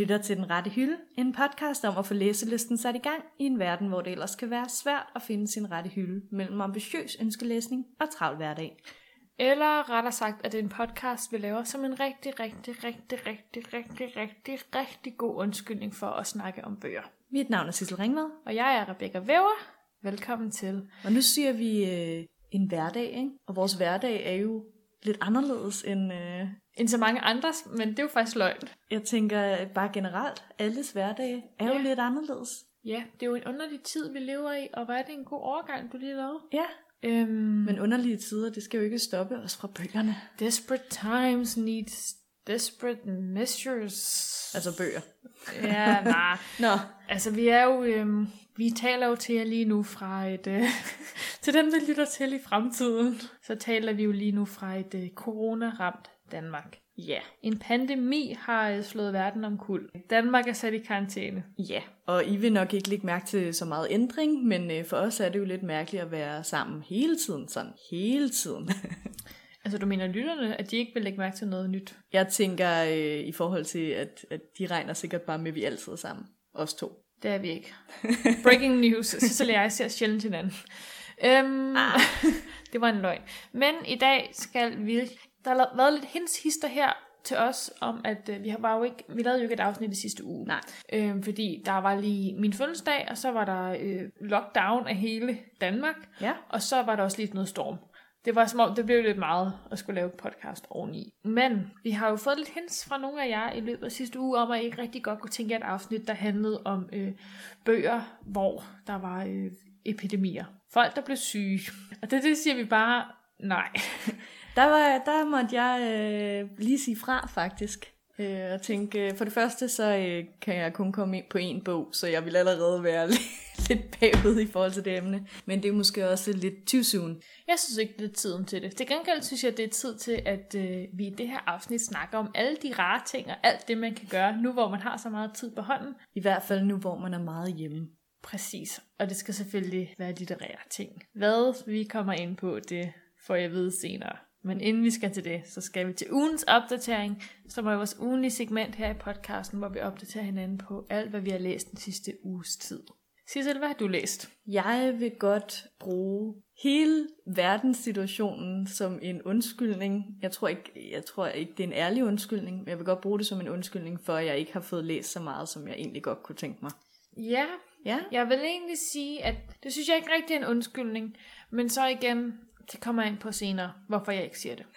lytter til Den Rette Hylde, en podcast om at få læselisten sat i gang i en verden, hvor det ellers kan være svært at finde sin rette hylde mellem ambitiøs ønskelæsning og travl hverdag. Eller rettere sagt, at det er en podcast, vi laver som en rigtig god undskyldning for at snakke om bøger. Mit navn er Sissel Ringvad. Og jeg er Rebecca Væver. Velkommen til. Og nu siger vi en hverdag, ikke? Og vores hverdag er jo lidt anderledes end så mange andres, men det er jo faktisk løgn. Jeg tænker bare generelt, alles hverdag er jo lidt anderledes. Ja, det er jo en underlig tid, vi lever i, og hvad er det en god overgang, du lige lavede? Ja, men underlige tider, det skal jo ikke stoppe os fra bøgerne. Desperate times need desperate measures. Altså bøger. Ja, nej. Nå. Altså vi er jo, vi taler jo til jer lige nu fra et, til dem der lytter til i fremtiden, så taler vi jo lige nu fra et corona-ramt Danmark. Ja. En pandemi har slået verden omkuld. Danmark er sat i karantæne. Ja, og I vil nok ikke lægge mærke til så meget ændring, men for os er det jo lidt mærkeligt at være sammen hele tiden, sådan hele tiden. Altså du mener lytterne, at de ikke vil lægge mærke til noget nyt? Jeg tænker i forhold til, at de regner sikkert bare med, at vi altid er sammen. Os to. Det er vi ikke. Breaking news. Så jeg ser sjældent hinanden. Det var en løgn. Men i dag skal vi... Der har været lidt hister her til os, om at vi lavede jo ikke et afsnit i sidste uge. Nej. Fordi der var lige min fødselsdag, og så var der lockdown af hele Danmark. Ja. Og så var der også lige noget storm. Det var som om, det blev lidt meget at skulle lave podcast oveni. Men vi har jo fået lidt hints fra nogle af jer i løbet af sidste uge, om at I ikke rigtig godt kunne tænke et afsnit, der handlede om bøger, hvor der var epidemier. Folk, der blev syge. Og det siger vi bare nej. Der måtte jeg lige sige fra, faktisk. Og tænke, for det første, så kan jeg kun komme ind på én bog, så jeg vil allerede være lidt bagud i forhold til det emne. Men det er måske også lidt too soon. Jeg synes ikke, det er tiden til det. Til gengæld synes jeg, det er tid til, at vi i det her afsnit snakker om alle de rare ting og alt det, man kan gøre, nu hvor man har så meget tid på hånden. I hvert fald nu, hvor man er meget hjemme. Præcis. Og det skal selvfølgelig være litterære ting. Hvad vi kommer ind på, det får jeg vide senere. Men inden vi skal til det, så skal vi til ugens opdatering, som er vores ugenlige segment her i podcasten, hvor vi opdaterer hinanden på alt, hvad vi har læst den sidste uges tid. Sissel, hvad har du læst? Jeg vil godt bruge hele verdenssituationen som en undskyldning. Jeg tror ikke, det er en ærlig undskyldning, men jeg vil godt bruge det som en undskyldning for, at jeg ikke har fået læst så meget, som jeg egentlig godt kunne tænke mig. Ja, jeg vil egentlig sige, at det synes jeg ikke rigtig er en undskyldning, men så igen... Det kommer jeg ind på senere, hvorfor jeg ikke siger det.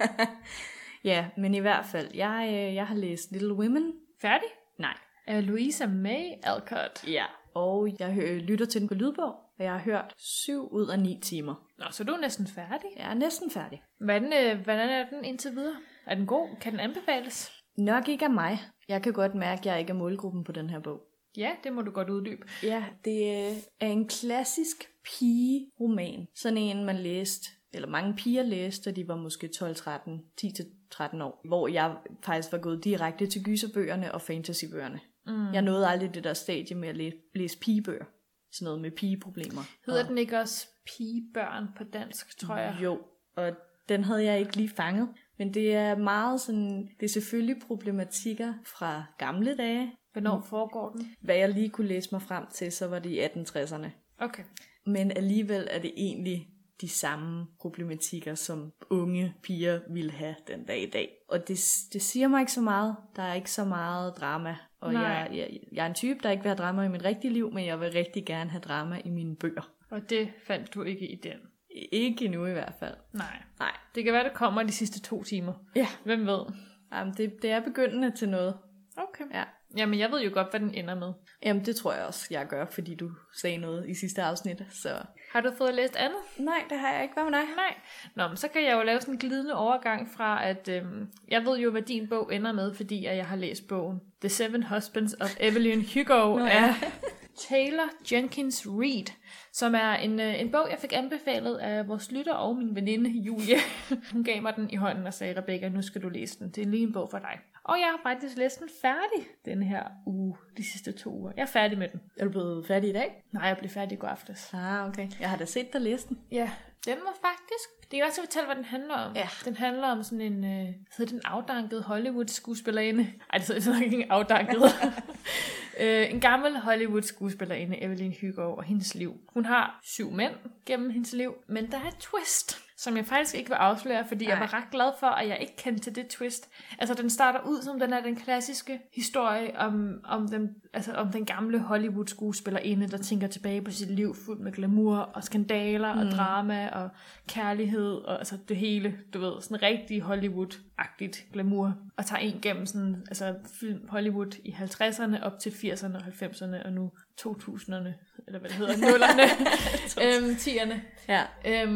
Ja, men i hvert fald, jeg har læst Little Women. Færdig? Nej. Louisa May Alcott. Ja, og jeg lytter til den på lydbog, og jeg har hørt 7 ud af 9 timer. Nå, så du er næsten færdig? Jeg er næsten færdig. Hvordan er den indtil videre? Er den god? Kan den anbefales? Nok ikke af mig. Jeg kan godt mærke, at jeg ikke er målgruppen på den her bog. Ja, det må du godt uddybe. Ja, det er en klassisk pigeroman. Sådan en, man læste, eller mange piger læste, da de var måske 10-13 år. Hvor jeg faktisk var gået direkte til gyserbøgerne og fantasybøgerne. Jeg nåede aldrig det der stadie med at læse pigebøger. Sådan noget med pigeproblemer. Hedder den ikke også pigebørn på dansk, tror jeg? Jo, og den havde jeg ikke lige fanget. Men det er meget sådan, det er selvfølgelig problematikker fra gamle dage. Hvornår foregår den? Hvad jeg lige kunne læse mig frem til, så var det i 1860'erne. Okay. Men alligevel er det egentlig de samme problematikker, som unge piger ville have den dag i dag. Og det siger mig ikke så meget. Der er ikke så meget drama. Og jeg er en type, der ikke vil have drama i mit rigtige liv, men jeg vil rigtig gerne have drama i mine bøger. Og det fandt du ikke i den? Ikke endnu i hvert fald. Nej. Det kan være, det kommer de sidste 2 timer. Ja. Hvem ved? Jamen, det er begyndende til noget. Okay. Ja. Jamen, jeg ved jo godt, hvad den ender med. Jamen, det tror jeg også, jeg gør, fordi du sagde noget i sidste afsnit. Så. Har du fået læst andet? Nej, det har jeg ikke. Hvad med dig? Nej. Nå, men så kan jeg jo lave sådan en glidende overgang fra, at jeg ved jo, hvad din bog ender med, fordi jeg har læst bogen The Seven Husbands of Evelyn Hugo af Taylor Jenkins Reid, som er en bog, jeg fik anbefalet af vores lytter og min veninde Julie. Hun gav mig den i hånden og sagde, Rebecca, nu skal du læse den. Det er lige en bog for dig. Og jeg har faktisk læst den færdig den her uge, de sidste 2 uger. Jeg er færdig med den. Er du blevet færdig i dag? Nej, jeg blev færdig i går aftes. Okay. Jeg har da set dig læse den. Ja, Den var faktisk... Det kan også fortælle, hvad den handler om. Ja. Den handler om sådan en... hedder den afdanket Hollywood-skuespillerinde? Ej, det er ikke afdanket. En gammel Hollywood-skuespillerinde, Evelyn Hugo, og hendes liv. Hun har 7 mænd gennem hendes liv, men der er et twist, som jeg faktisk ikke vil afsløre, fordi jeg var ret glad for, at jeg ikke kendte til det twist. Altså, den starter ud som den klassiske historie om den gamle Hollywood-skuespillerinde, der tænker tilbage på sit liv fuldt med glamour og skandaler og drama og kærlighed og altså det hele, du ved, sådan rigtig Hollywood-agtigt glamour, og tager en gennem sådan, altså film Hollywood i 50'erne op til 80'erne og 90'erne og nu 2000'erne, eller hvad det hedder, 0'erne, 10'erne. Ja.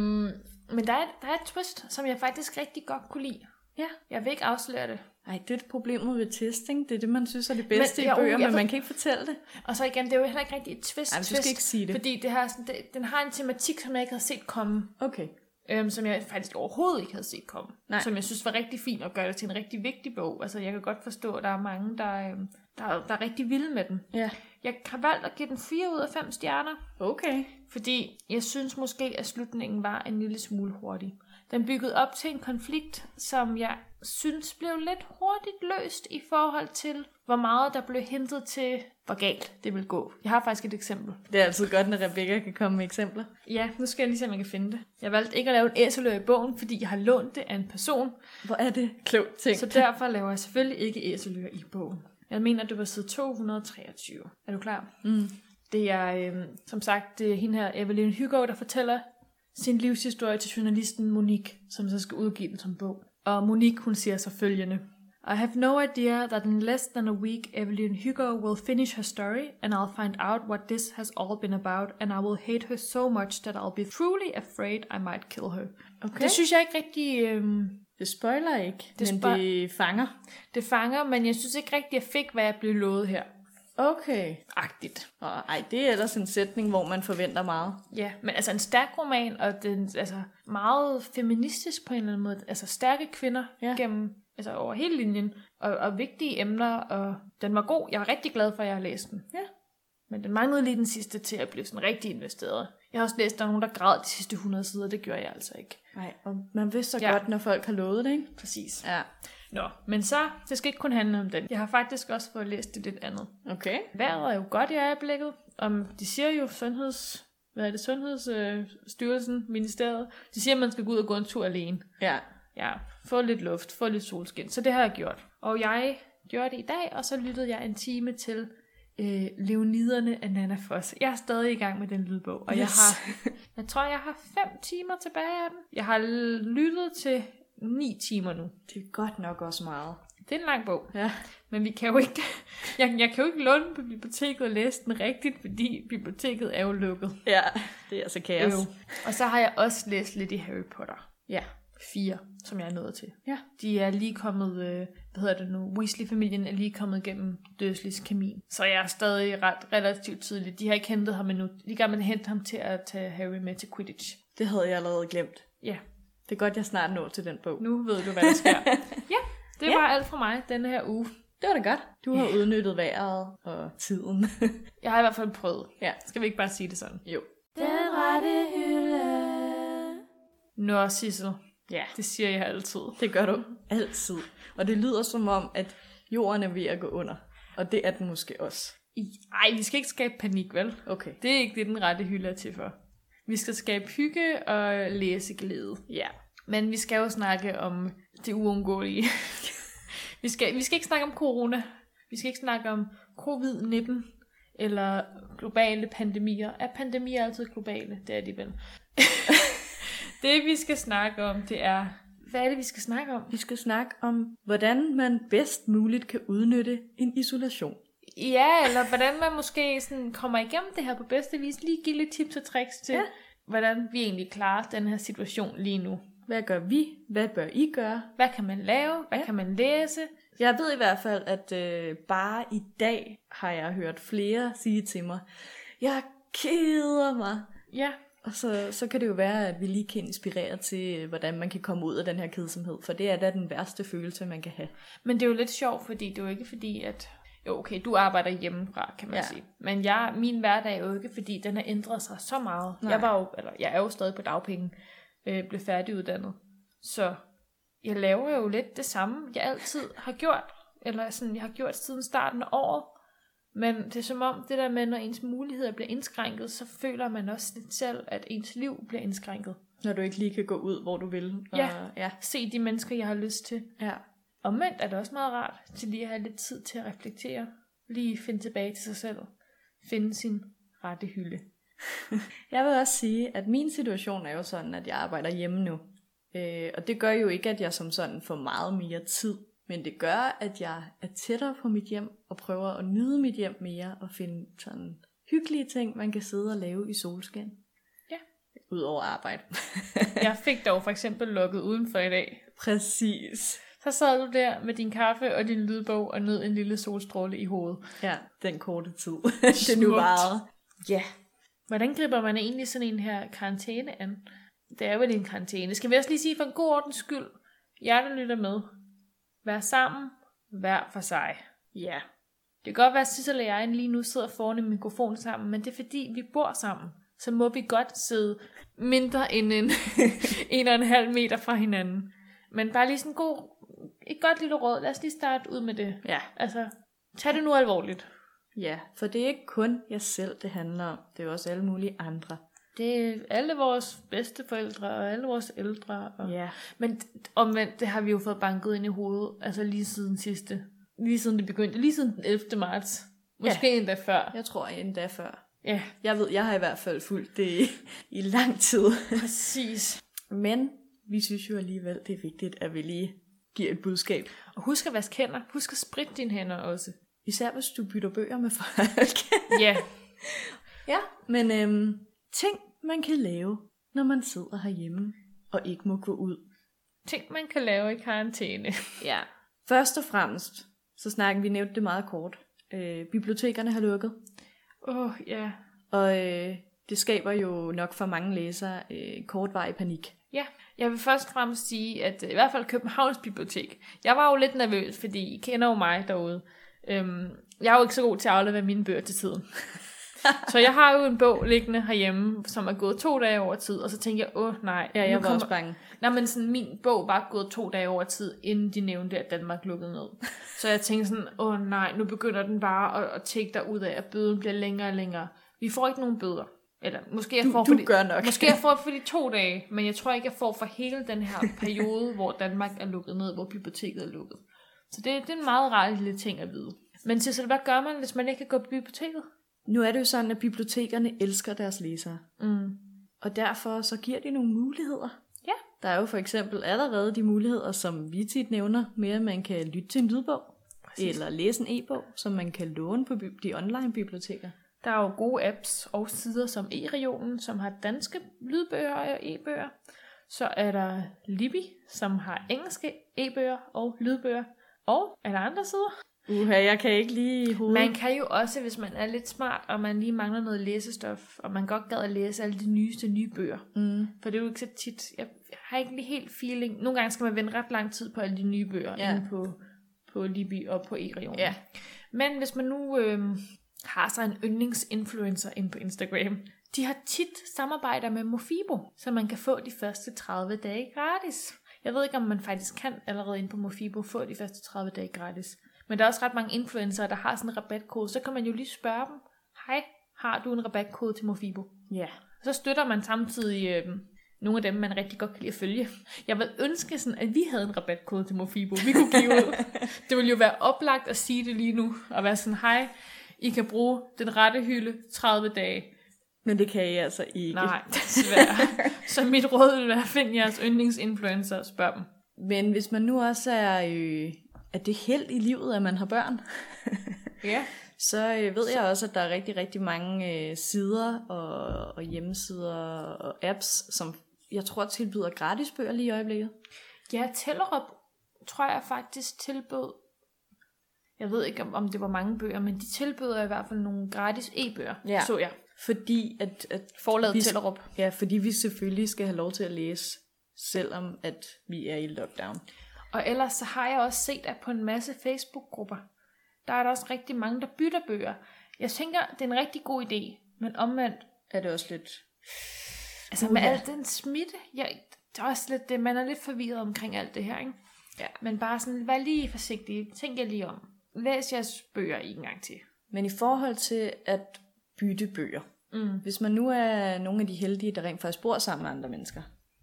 Men der er et twist, som jeg faktisk rigtig godt kunne lide. Ja. Jeg vil ikke afsløre det. Ej, det er problemet ved testing. Det er det, man synes er det bedste i bøger, men man kan ikke fortælle det. Og så igen, det er jo heller ikke rigtig et twist. Ej, du skal ikke sige det. Fordi den har en tematik, som jeg ikke havde set komme. Okay. Som jeg faktisk overhovedet ikke havde set komme. Nej. Som jeg synes var rigtig fint at gøre det til en rigtig vigtig bog. Altså, jeg kan godt forstå, at der er mange, der er rigtig vilde med den. Ja. Jeg har valgt at give den 4 ud af 5 stjerner. Okay. Fordi jeg synes måske, at slutningen var en lille smule hurtig. Den byggede op til en konflikt, som jeg synes blev lidt hurtigt løst i forhold til, hvor meget der blev hentet til, hvor galt det ville gå. Jeg har faktisk et eksempel. Det er altid godt, når Rebecca kan komme med eksempler. Ja, nu skal jeg lige se, om jeg kan finde det. Jeg valgte ikke at lave en æselør i bogen, fordi jeg har lånt det af en person. Hvor er det klogt tænkt. Så derfor laver jeg selvfølgelig ikke æselør i bogen. Jeg mener, det var side 223. Er du klar? Mm. Det er, som sagt, det er hende her, Evelyn Hugo, der fortæller sin livshistorie til journalisten Monique, som så skal udgive den som bog. Og Monique, hun siger så følgende: I have no idea that in less than a week, Evelyn Hugo will finish her story, and I'll find out what this has all been about, and I will hate her so much that I'll be truly afraid I might kill her. Okay. Det synes jeg ikke rigtig... Det spoiler ikke, det det fanger. Det fanger, men jeg synes ikke rigtig, jeg fik, hvad jeg blev lovet her. Okay. Agtigt. Ej, det er ellers en sætning, hvor man forventer meget. Ja, men altså en stærk roman, og den altså meget feministisk på en eller anden måde. Altså stærke kvinder gennem, altså over hele linjen, og vigtige emner, og den var god. Jeg var rigtig glad for, at jeg har læst den. Ja. Men den manglede lige den sidste til at blive sådan rigtig investeret. Jeg har også læst, der er nogen, der græd de sidste 100 sider. Det gjorde jeg altså ikke. Nej, og man vidste så godt, når folk har lovet det, ikke? Præcis. Ja. Nå, men så, det skal ikke kun handle om den. Jeg har faktisk også fået læst det lidt andet. Okay. Vejret er jo godt i øjeblikket. De siger jo Sundhedsstyrelsen, ministeriet, de siger, at man skal gå ud og gå en tur alene. Ja. Ja, få lidt luft, få lidt solskin. Så det har jeg gjort. Og jeg gjorde det i dag, og så lyttede jeg en time til Leoniderne af Nana Foss. Jeg er stadig i gang med den lydbog, og jeg tror, jeg har 5 timer tilbage af den. Jeg har lyttet til 9 timer nu. Det er godt nok også meget. Det er en lang bog. Ja. Men vi kan jo ikke... jeg kan jo ikke låne på biblioteket og læse den rigtigt, fordi biblioteket er jo lukket. Ja, det er altså kaos. Og så har jeg også læst lidt i Harry Potter. Ja. 4, som jeg er nået til. Ja. De er lige kommet... Weasley-familien er lige kommet gennem Dursleys kamin. Så jeg er stadig relativt tidligt. De har ikke hentet ham endnu. De er gerne med at hente ham til at tage Harry med til Quidditch. Det havde jeg allerede glemt. Ja. Det er godt, jeg snart når til den bog. Nu ved du, hvad der sker. Ja, det var alt fra mig denne her uge. Det var da godt. Du har udnyttet vejret og tiden. Jeg har i hvert fald prøvet. Ja. Skal vi ikke bare sige det sådan? Jo. Den rette hylde. Nå, Sissel. Ja. Det siger jeg altid. Det gør du altid. Og det lyder som om, at jorden er ved at gå under. Og det er den måske også. Ej, vi skal ikke skabe panik, vel? Okay. Det er ikke det, den rette hylde er til for. Vi skal skabe hygge og læseglæde. Ja. Men vi skal jo snakke om det uundgåelige. vi skal ikke snakke om corona. Vi skal ikke snakke om covid-19 eller globale pandemier. Er pandemier altid globale? Det er de vel. Det vi skal snakke om, det er... Hvad er det, vi skal snakke om? Vi skal snakke om, hvordan man bedst muligt kan udnytte en isolation. Ja, eller hvordan man måske sådan kommer igennem det her på bedste vis. Lige give lidt tips og tricks til, hvordan vi egentlig klarer den her situation lige nu. Hvad gør vi? Hvad bør I gøre? Hvad kan man lave? Hvad kan man læse? Jeg ved i hvert fald, at bare i dag har jeg hørt flere sige til mig, jeg keder mig. Ja. Og så kan det jo være, at vi lige kan inspirere til, hvordan man kan komme ud af den her kedsomhed. For det er da den værste følelse, man kan have. Men det er jo lidt sjovt, fordi det er jo ikke fordi, at... Jo, okay, du arbejder hjemmefra, kan man sige. Men min hverdag er jo ikke, fordi den har ændret sig så meget. Jeg er jo stadig på dagpenge. blev færdiguddannet. Så jeg laver jo lidt det samme, jeg altid har gjort, eller sådan, jeg har gjort siden starten af året. Men det er som om, det der med, når ens muligheder bliver indskrænket, så føler man også lidt selv, at ens liv bliver indskrænket. Når du ikke lige kan gå ud, hvor du vil. Og, ja, se de mennesker, jeg har lyst til. Ja. Omvendt er det også meget rart, til lige at have lidt tid til at reflektere. Lige finde tilbage til sig selv. Finde sin rette hylde. Jeg vil også sige, at min situation er jo sådan, at jeg arbejder hjemme nu. Og det gør jo ikke, at jeg som sådan får meget mere tid. Men det gør, at jeg er tættere på mit hjem, og prøver at nyde mit hjem mere, og finde sådan hyggelige ting, man kan sidde og lave i solskin. Ja. Udover arbejde. Jeg fik dog for eksempel lukket udenfor i dag. Præcis. Så sad du der med din kaffe og din lydbog, og nød en lille solstråle i hovedet. Ja, den korte tid. Det er nu bare. Ja. Hvordan griber man egentlig sådan en her karantæne an? Det er vel en karantæne. Skal vi også lige sige for en god ordens skyld, jer der lytter med, vær sammen, hver for sig. Ja. Det kan godt være, at Sissel og jeg lige nu sidder foran en mikrofon sammen, men det er fordi, vi bor sammen. Så må vi godt sidde mindre end 1,5 meter fra hinanden. Men bare lige sådan et godt lille råd. Lad os lige starte ud med det. Ja. Altså, tag det nu alvorligt. Ja, for det er ikke kun jeg selv, det handler om. Det er også alle mulige andre. Det er alle vores bedsteforældre og alle vores ældre. Ja. Men omvendt, det har vi jo fået banket ind i hovedet. Altså lige siden det begyndte. Lige siden den 11. marts. Måske endda før. Jeg tror endda før. Ja. Jeg har i hvert fald fulgt det i lang tid. Præcis. Men vi synes jo alligevel, det er vigtigt, at vi lige giver et budskab. Og husk at vaske hænder. Husk at spritte dine hænder også. Især hvis du bytter bøger med folk. Ja. Ja, men ting man kan lave, når man sidder herhjemme og ikke må gå ud. Ting man kan lave i karantæne. Ja. Først og fremmest, så snakker vi nævnt det meget kort. Bibliotekerne har lukket. Ja. Og det skaber jo nok for mange læsere kortvarig panik. Ja, jeg vil først og fremmest sige, at i hvert fald Københavns Bibliotek. Jeg var jo lidt nervøs, fordi I kender jo mig derude. Jeg er jo ikke så god til at aflevere mine bøger til tiden. Så jeg har jo en bog liggende herhjemme, som er gået 2 dage over tid, og så tænkte jeg, nej. Ja, jeg var også bange. Nej, men sådan, min bog var gået 2 dage over tid, inden de nævnte, at Danmark lukkede ned. Så jeg tænkte sådan, nej, nu begynder den bare at tække derud af, at bøden bliver længere og længere. Vi får ikke nogen bøder. Eller måske jeg får måske jeg får for de 2 dage, men jeg tror ikke, jeg får for hele den her periode, hvor Danmark er lukket ned, hvor biblioteket er lukket. Så det er en meget rar lille ting at vide. Men Sissel, hvad gør man, hvis man ikke kan gå på biblioteket? Nu er det jo sådan, at bibliotekerne elsker deres læsere. Og derfor så giver de nogle muligheder. Ja. Der er jo for eksempel allerede de muligheder, som vi tit nævner, med at man kan lytte til en lydbog. Præcis. Eller læse en e-bog, som man kan låne på de online biblioteker. Der er jo gode apps og sider som e-regionen, som har danske lydbøger og e-bøger. Så er der Libby, som har engelske e-bøger og lydbøger. Og er der andre sider? Jeg kan ikke lige hovedet. Man kan jo også, hvis man er lidt smart, og man lige mangler noget læsestof, og man godt gad at læse alle de nyeste nye bøger. For det er jo ikke så tit. Jeg har ikke lige helt feeling. Nogle gange skal man vente ret lang tid på alle de nye bøger, inde på Libby og på e-regionen. Ja. Men hvis man nu har så en yndlingsinfluencer inde på Instagram, de har tit samarbejder med Mofibo, så man kan få de første 30 dage gratis. Jeg ved ikke, om man faktisk kan allerede inde på Mofibo få de første 30 dage gratis. Men der er også ret mange influencer, der har sådan en rabatkode. Så kan man jo lige spørge dem, hej, har du en rabatkode til Mofibo? Ja. Så støtter man samtidig nogle af dem, man rigtig godt kan lide at følge. Jeg vil ønske sådan, at vi havde en rabatkode til Mofibo. Vi kunne give ud. Det ville jo være oplagt at sige det lige nu. Og være sådan, hej, I kan bruge den rette hylde 30 dage. Men det kan I altså ikke. Nej, desværre. Så mit råd vil være at finde jeres yndlingsinfluencer og spørge dem. Men hvis man nu også er det held i livet, at man har børn, så ved jeg også, at der er rigtig, rigtig mange sider og hjemmesider og apps, som jeg tror tilbyder gratis bøger lige i øjeblikket. Ja, Tellerup tror jeg faktisk tilbød. Jeg ved ikke, om det var mange bøger, men de tilbyder i hvert fald nogle gratis e-bøger, så jeg. Fordi at forlaget Tellerup. Ja, fordi vi selvfølgelig skal have lov til at læse, selvom at vi er i lockdown. Og ellers så har jeg også set, at på en masse Facebook-grupper, der er der også rigtig mange, der bytter bøger. Jeg tænker, det er en rigtig god idé, men omvendt er det også lidt... Altså med al den smitte, det er også lidt det, man er lidt forvirret omkring alt det her, ikke? Ja. Men bare sådan, vær lige forsigtig, tænk jer lige om. Læs jeres bøger en gang til. Men i forhold til at bytte bøger, hvis man nu er nogle af de heldige, der rent faktisk bor sammen med andre mennesker,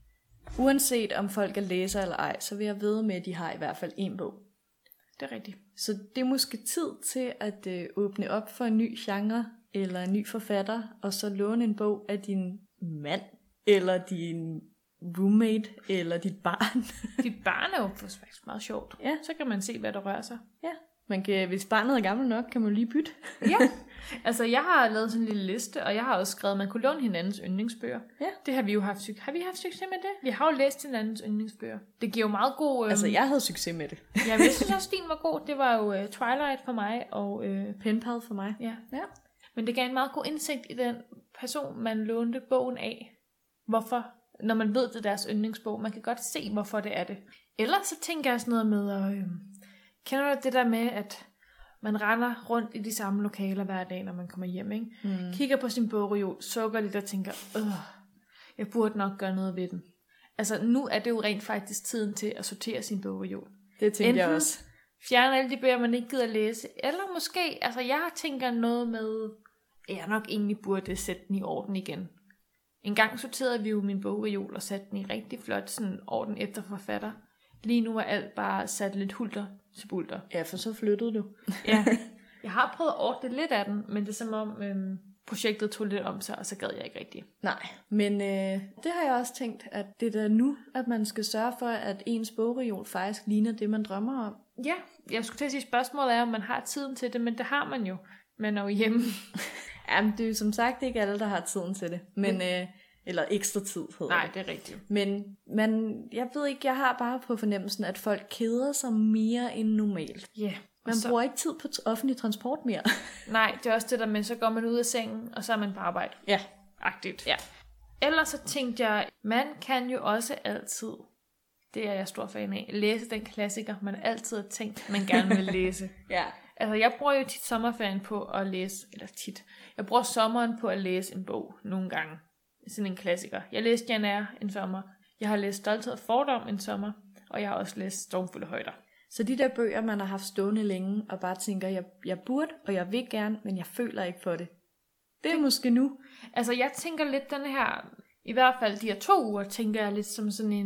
uanset om folk er læser eller ej, så vil jeg ved med, at de har i hvert fald en bog. Det er rigtigt. Så det er måske tid til at åbne op for en ny genre, eller en ny forfatter, og så låne en bog af din mand, eller din roommate, eller dit barn. Dit barn er jo faktisk meget sjovt. Ja. Så kan man se, hvad der rører sig. Ja, man kan, hvis barnet er gammel nok, kan man lige bytte. Ja, altså jeg har lavet sådan en lille liste, og jeg har også skrevet, at man kunne låne hinandens yndlingsbøger. Ja. Det har vi jo haft succes. Har vi haft succes med det? Vi har jo læst hinandens yndlingsbøger. Det giver jo meget god... Altså, jeg havde succes med det. Ja, men jeg synes også, din var god. Det var jo Twilight for mig, og... Penpal for mig. Ja. Ja. Men det gav en meget god indsigt i den person, man lånte bogen af. Hvorfor? Når man ved, det er deres yndlingsbog. Man kan godt se, hvorfor det er det. Ellers så tænker jeg sådan noget med... kender du det der med, at man render rundt i de samme lokaler hver dag, når man kommer hjem, ikke? Kigger på sin bogreol, sukker lidt og tænker, jeg burde nok gøre noget ved den. Altså, nu er det jo rent faktisk tiden til at sortere sin bogreol. Det tænker jeg også. Fjerne alle de bøger, man ikke gider læse. Eller måske, altså jeg tænker noget med, at jeg nok egentlig burde sætte den i orden igen. En gang sorterede vi jo min bogreol og satte den i rigtig flot sådan orden efter forfatter. Lige nu er alt bare sat lidt hulter til bulter. Ja, for så flyttede du. Ja, jeg har prøvet at ordne lidt af den, men det er som om projektet tog lidt om sig, og så gad jeg ikke rigtigt. Nej, men det har jeg også tænkt, at det er da nu, at man skal sørge for, at ens bogreol faktisk ligner det, man drømmer om. Ja, jeg skulle til at sige, spørgsmålet er, om man har tiden til det, men det har man jo. Man er jo hjemme. Jamen, det er jo som sagt ikke alle, der har tiden til det. Men, eller ekstra tid hedder Nej, det er rigtigt. Men jeg ved ikke, jeg har bare på fornemmelsen, at folk keder sig mere end normalt. Ja. Yeah. Man bruger ikke tid på offentlig transport mere. Nej, det er også det der med, så går man ud af sengen, og så er man på arbejde. Ja. Agtigt. Ja. Ellers så tænkte jeg, man kan jo også altid, det er jeg stor fan af, læse den klassiker, man altid har tænkt, man gerne vil læse. Ja. Altså, jeg bruger jo tit sommerferien på at læse, eller tit, jeg bruger sommeren på at læse en bog nogle gange. Sådan en klassiker. Jeg læste Jane Eyre en sommer. Jeg har læst Stolthed og Fordom en sommer. Og jeg har også læst Stormfulde Højder. Så de der bøger, man har haft stående længe, og bare tænker, jeg burde, og jeg vil gerne, men jeg føler ikke for det. Det er måske nu. Altså, jeg tænker lidt den her, i hvert fald de her 2 uger, tænker jeg lidt som sådan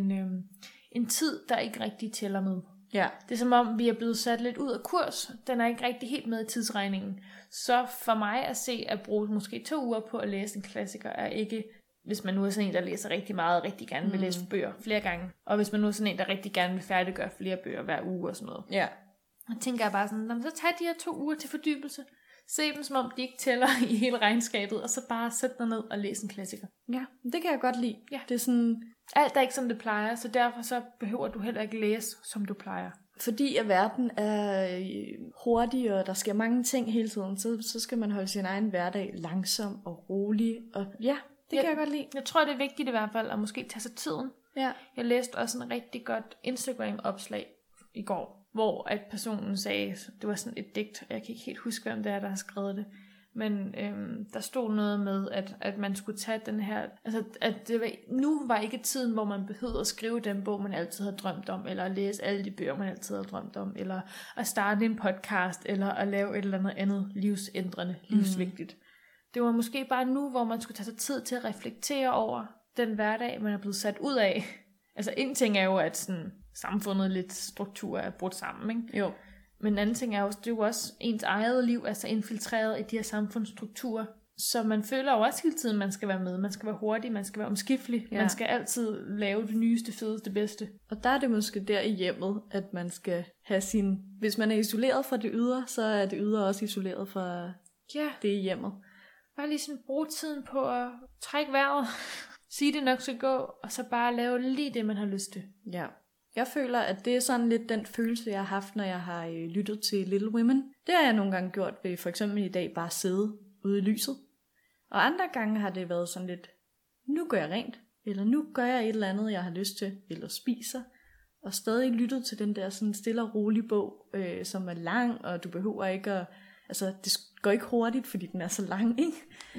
en tid, der ikke rigtig tæller med. Ja. Det er som om, vi er blevet sat lidt ud af kurs. Den er ikke rigtig helt med i tidsregningen. Så for mig at se, at bruge måske 2 uger på at læse en klassiker, er ikke... Hvis man nu er sådan en, der læser rigtig meget og rigtig gerne vil læse bøger flere gange. Og hvis man nu er sådan en, der rigtig gerne vil færdiggøre flere bøger hver uge og sådan noget. Ja. Og tænker jeg bare sådan, så tag de her 2 uger til fordybelse. Se dem, som om de ikke tæller i hele regnskabet. Og så bare sæt dig ned og læs en klassiker. Ja, det kan jeg godt lide. Ja. Det er sådan... Alt er ikke, som det plejer. Så derfor så behøver du heller ikke læse, som du plejer. Fordi at verden er hurtig, og der sker mange ting hele tiden, så skal man holde sin egen hverdag langsom og rolig. Og ja... Det kan jeg godt lide. Jeg tror, det er vigtigt i hvert fald at måske tage sig tiden. Ja. Jeg læste også en rigtig godt Instagram-opslag i går, hvor at personen sagde, det var sådan et digt, jeg kan ikke helt huske, hvem det er, der har skrevet det, men der stod noget med, at man skulle tage den her, altså at nu var ikke tiden, hvor man behøvede at skrive den bog, man altid havde drømt om, eller at læse alle de bøger, man altid havde drømt om, eller at starte en podcast, eller at lave et eller andet livsændrende, livsvigtigt. Det var måske bare nu, hvor man skulle tage sig tid til at reflektere over den hverdag, man er blevet sat ud af. Altså en ting er jo, at sådan, samfundet lidt struktur er brudt sammen, ikke? Jo. Men en anden ting er jo, det er jo også ens eget liv, altså infiltreret i de her samfundsstrukturer. Så man føler jo også hele tiden, man skal være med. Man skal være hurtig, man skal være omskiftelig. Ja. Man skal altid lave det nyeste, fedeste, bedste. Og der er det måske der i hjemmet, at man skal have sin... Hvis man er isoleret fra det ydre, så er det ydre også isoleret fra det i hjemmet. Bare lige sådan bruge tiden på at trække vejret, sige det nok skal gå, og så bare lave lige det, man har lyst til. Ja. Jeg føler, at det er sådan lidt den følelse, jeg har haft, når jeg har lyttet til Little Women. Det har jeg nogle gange gjort ved for eksempel i dag bare sidde ude i lyset. Og andre gange har det været sådan lidt, nu gør jeg rent, eller nu gør jeg et eller andet, jeg har lyst til, eller spiser. Og stadig lyttet til den der sådan stille og rolig bog, som er lang, og du behøver ikke at... Altså, det går ikke hurtigt, fordi den er så lang, ikke? Ja.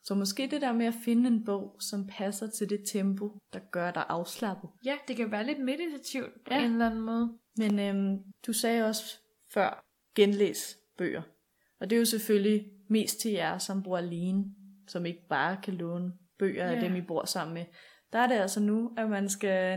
Så måske det der med at finde en bog, som passer til det tempo, der gør dig afslappet. Ja, det kan være lidt meditativt på en eller anden måde. Men du sagde også før, genlæs bøger. Og det er jo selvfølgelig mest til jer, som bor alene, som ikke bare kan låne bøger af dem, I bor sammen med. Der er det altså nu, at man skal...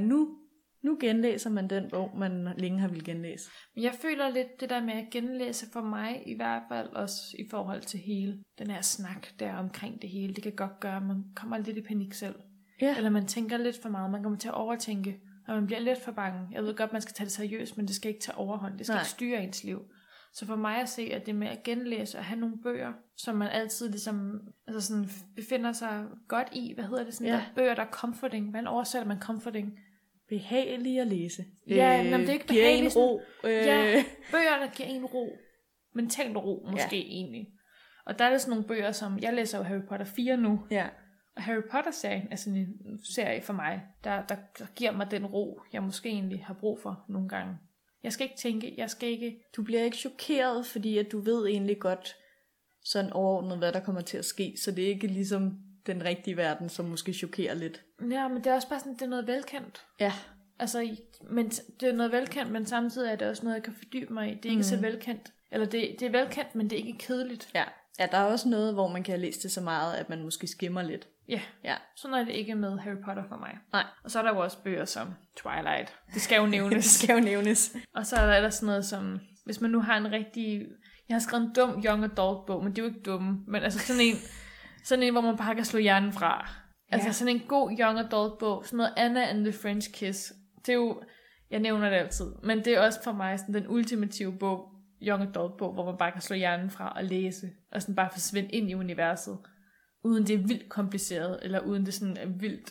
Nu genlæser man den bog, man længe har ville genlæse. Jeg føler lidt det der med at genlæse for mig, i hvert fald også i forhold til hele den her snak der omkring det hele. Det kan godt gøre, at man kommer lidt i panik selv. Ja. Eller man tænker lidt for meget, man kommer til at overtænke, og man bliver lidt for bange. Jeg ved godt, man skal tage det seriøst, men det skal ikke tage overhånd. Det skal ikke styre ens liv. Så for mig at se, at det med at genlæse og have nogle bøger, som man altid ligesom, altså sådan befinder sig godt i, hvad hedder det sådan der bøger, der er comforting. Hvordan oversætter man comforting? Behagelig at læse. Ja, men det er ikke behageligt. Giver en ro. Ja, bøger, der giver en ro. Mental ro, måske egentlig. Og der er det sådan nogle bøger, som, jeg læser jo Harry Potter 4 nu. Ja. Og Harry Potter-serien er sådan en serie for mig, der giver mig den ro, jeg måske egentlig har brug for nogle gange. Jeg skal ikke tænke, Du bliver ikke chokeret, fordi at du ved egentlig godt sådan overordnet, hvad der kommer til at ske. Så det er ikke ligesom den rigtige verden, som måske chokerer lidt. Ja, men det er også bare sådan, det er noget velkendt. Ja. Altså, men det er noget velkendt, men samtidig er det også noget, jeg kan fordybe mig i. Det er ikke så velkendt. Eller det er velkendt, men det er ikke kedeligt. Ja, der er også noget, hvor man kan have læst det så meget, at man måske skimmer lidt. Ja. Sådan er det ikke med Harry Potter for mig. Nej. Og så er der jo også bøger som Twilight. Det skal jo nævnes. Og så er der sådan noget som, hvis man nu har en rigtig... Jeg har skrevet en dum young adult bog, men det er jo ikke dumme. Men altså sådan en, hvor man bare kan slå hjernen fra. Altså sådan en god young adult bog. Sådan noget Anna and the French Kiss. Det er jo... Jeg nævner det altid. Men det er også for mig sådan den ultimative bog, young adult bog, hvor man bare kan slå hjernen fra og læse. Og sådan bare forsvinde ind i universet. Uden det er vildt kompliceret, eller uden det sådan er vildt,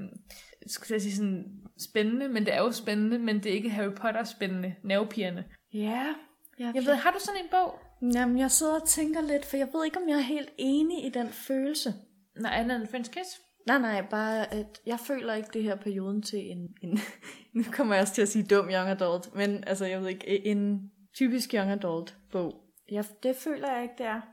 skal jeg sige sådan spændende, men det er jo spændende, men det er ikke Harry Potter spændende, nervepirrende. Ja. Jeg ved, har du sådan en bog? Jamen, jeg sidder og tænker lidt, for jeg ved ikke, om jeg er helt enig i den følelse. Nej, Anna and the French Kiss? Nej, bare at jeg føler ikke det her perioden til en nu kommer jeg også til at sige dum young adult, men altså, jeg ved ikke, en typisk young adult bog. Det føler jeg ikke, det er.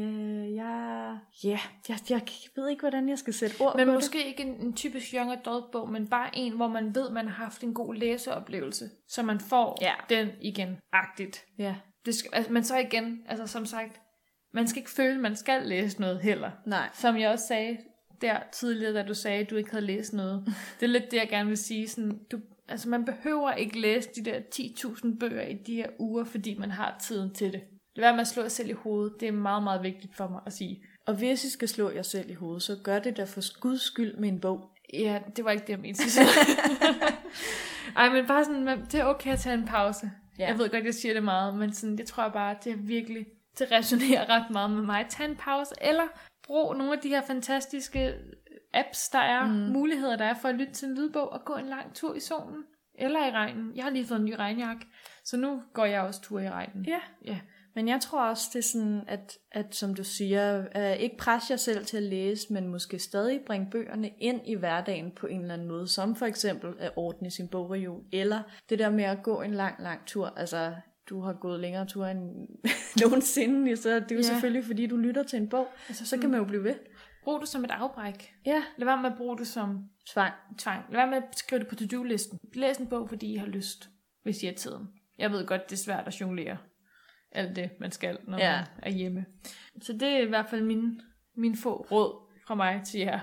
Jeg ved ikke, hvordan jeg skal sætte ord på det. Men måske ikke en typisk young adult bog, men bare en, hvor man ved, man har haft en god læseoplevelse, så man får den igen-agtigt. Ja. Men så igen, altså som sagt, man skal ikke føle, man skal læse noget heller. Nej. Som jeg også sagde der tidligere, da du sagde, at du ikke havde læst noget. Det er lidt det, jeg gerne vil sige. Sådan, altså man behøver ikke læse de der 10.000 bøger i de her uger, fordi man har tiden til det. Det er med at slå jer selv i hovedet. Det er meget, meget vigtigt for mig at sige. Og hvis I skal slå jer selv i hovedet, så gør det da for guds skyld med en bog. Ja, det var ikke det, jeg mente. Ej, men bare sådan, det er okay at tage en pause. Ja. Jeg ved godt, jeg siger det meget, men sådan, jeg tror bare, det resonerer ret meget med mig. Tag en pause, eller brug nogle af de her fantastiske apps, der er, muligheder, der er for at lytte til en lydbog og gå en lang tur i solen. Eller i regnen. Jeg har lige fået en ny regnjakke, så nu går jeg også tur i regnen. Ja. Men jeg tror også, det er sådan, at som du siger, ikke presse jer selv til at læse, men måske stadig bringe bøgerne ind i hverdagen på en eller anden måde, som for eksempel at ordne sin bogreol, eller det der med at gå en lang tur. Altså, du har gået længere tur end nogensinde, så det er jo selvfølgelig, fordi du lytter til en bog, altså, så kan man jo blive ved. Brug det som et afbræk. Ja. Lad være med at bruge det som tvang. Lad være med at skrive det på to-do-listen. Læs en bog, fordi I har lyst, hvis I har tiden. Jeg ved godt, det er svært at jonglere alt det, man skal, når man er hjemme. Så det er i hvert fald min få råd fra mig til jer.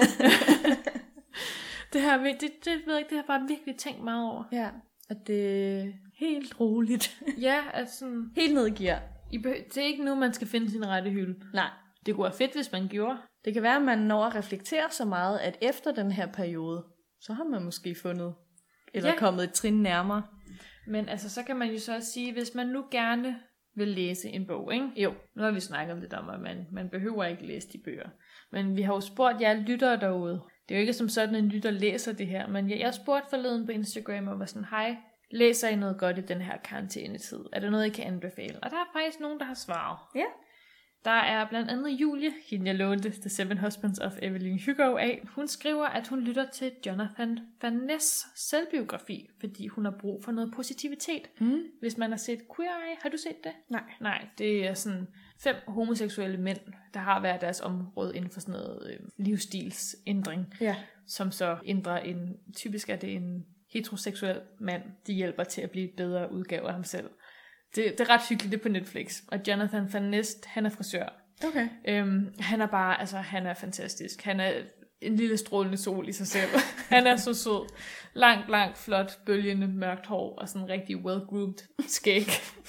det ved jeg ikke, det har jeg bare virkelig tænkt meget over. Ja, at det er helt roligt. Ja, altså helt ned i gear. Det er ikke nu, man skal finde sin rette hylde. Nej. Det kunne være fedt, hvis man gjorde. Det kan være, at man når at reflektere så meget, at efter den her periode, så har man måske fundet, eller kommet et trin nærmere. Men altså, så kan man jo så også sige, hvis man nu gerne vil læse en bog, ikke? Jo. Nu har vi snakket lidt om, at man behøver ikke læse de bøger. Men vi har jo spurgt jer lyttere derude. Det er jo ikke som sådan, en lytter læser det her, men jeg spurgte forleden på Instagram, og var sådan, hej, læser I noget godt i den her karantænetid? Er der noget, I kan anbefale? Og der er faktisk nogen, der har svaret. Ja. Der er blandt andet Julie, hende jeg lånte The Seven Husbands of Evelyn Hugo af. Hun skriver, at hun lytter til Jonathan Van Ness selvbiografi, fordi hun har brug for noget positivitet. Hvis man har set Queer Eye, har du set det? Nej, det er sådan 5 homoseksuelle mænd, der har hver deres område inden for sådan noget livsstilsændring, som så ændrer typisk er det en heteroseksuel mand, de hjælper til at blive et bedre udgave af ham selv. Det er ret hyggeligt, det er på Netflix. Og Jonathan Van Ness, han er frisør. Okay. Han er bare, altså han er fantastisk. Han er en lille strålende sol i sig selv. Han er så sød. Langt, flot, bølgende, mørkt hår og sådan en rigtig well-groomed skæg.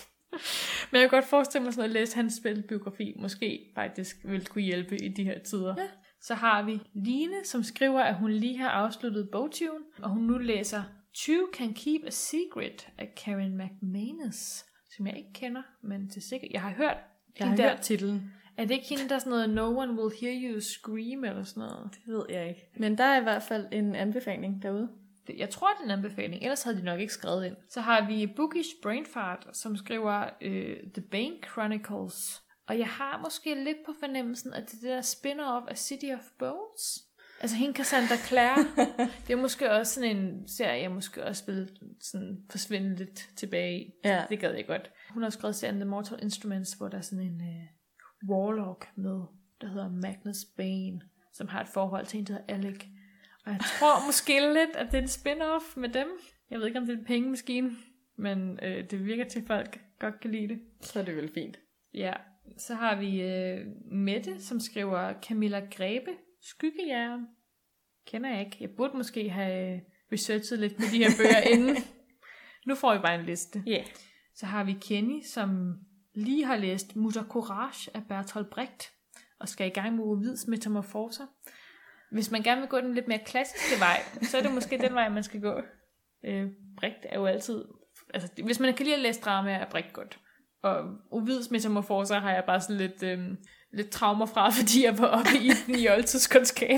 Men jeg kan godt forestille mig sådan at læse hans spilbiografi. Måske faktisk ville kunne hjælpe i de her tider. Ja. Så har vi Line, som skriver, at hun lige har afsluttet bogtyven, og hun nu læser Two Can Keep a Secret af Karen McManus, som jeg ikke kender, men til sikkert. Jeg har hørt titlen. Er det ikke hende, der er sådan noget No One Will Hear You Scream eller sådan noget? Det ved jeg ikke. Men der er i hvert fald en anbefaling derude. Jeg tror, det er en anbefaling. Ellers havde de nok ikke skrevet ind. Så har vi Bookish Brainfart, som skriver The Bane Chronicles. Og jeg har måske lidt på fornemmelsen, at det der spin-off af City of Bones. Altså hende Cassandra Clare. Det er måske også sådan en serie, jeg måske også vil sådan forsvinde lidt tilbage i. Ja. Det gad jeg godt. Hun har skrevet serien The Mortal Instruments, hvor der er sådan en warlock med, der hedder Magnus Bane, som har et forhold til en, der hedder Alec. Og jeg tror måske lidt, at det er en spin-off med dem. Jeg ved ikke, om det er en pengemaskine, men det virker til, at folk godt kan lide det. Så er det vel fint. Ja, så har vi Mette, som skriver Camilla Grebe, Skyggejægeren. Kender jeg ikke. Jeg burde måske have researchet lidt med de her bøger inden. Nu får vi bare en liste. Yeah. Så har vi Kenny, som lige har læst Mutter Courage af Bertolt Brecht, og skal i gang med Ovids Metamorfoser. Hvis man gerne vil gå den lidt mere klassiske vej, så er det måske den vej, man skal gå. Brecht er jo altid... Altså, hvis man kan lide at læse drama, er Brecht godt. Og Ovids Metamorfoser har jeg bare sådan lidt traumer fra, fordi jeg var oppe i den i oldtidskundskab.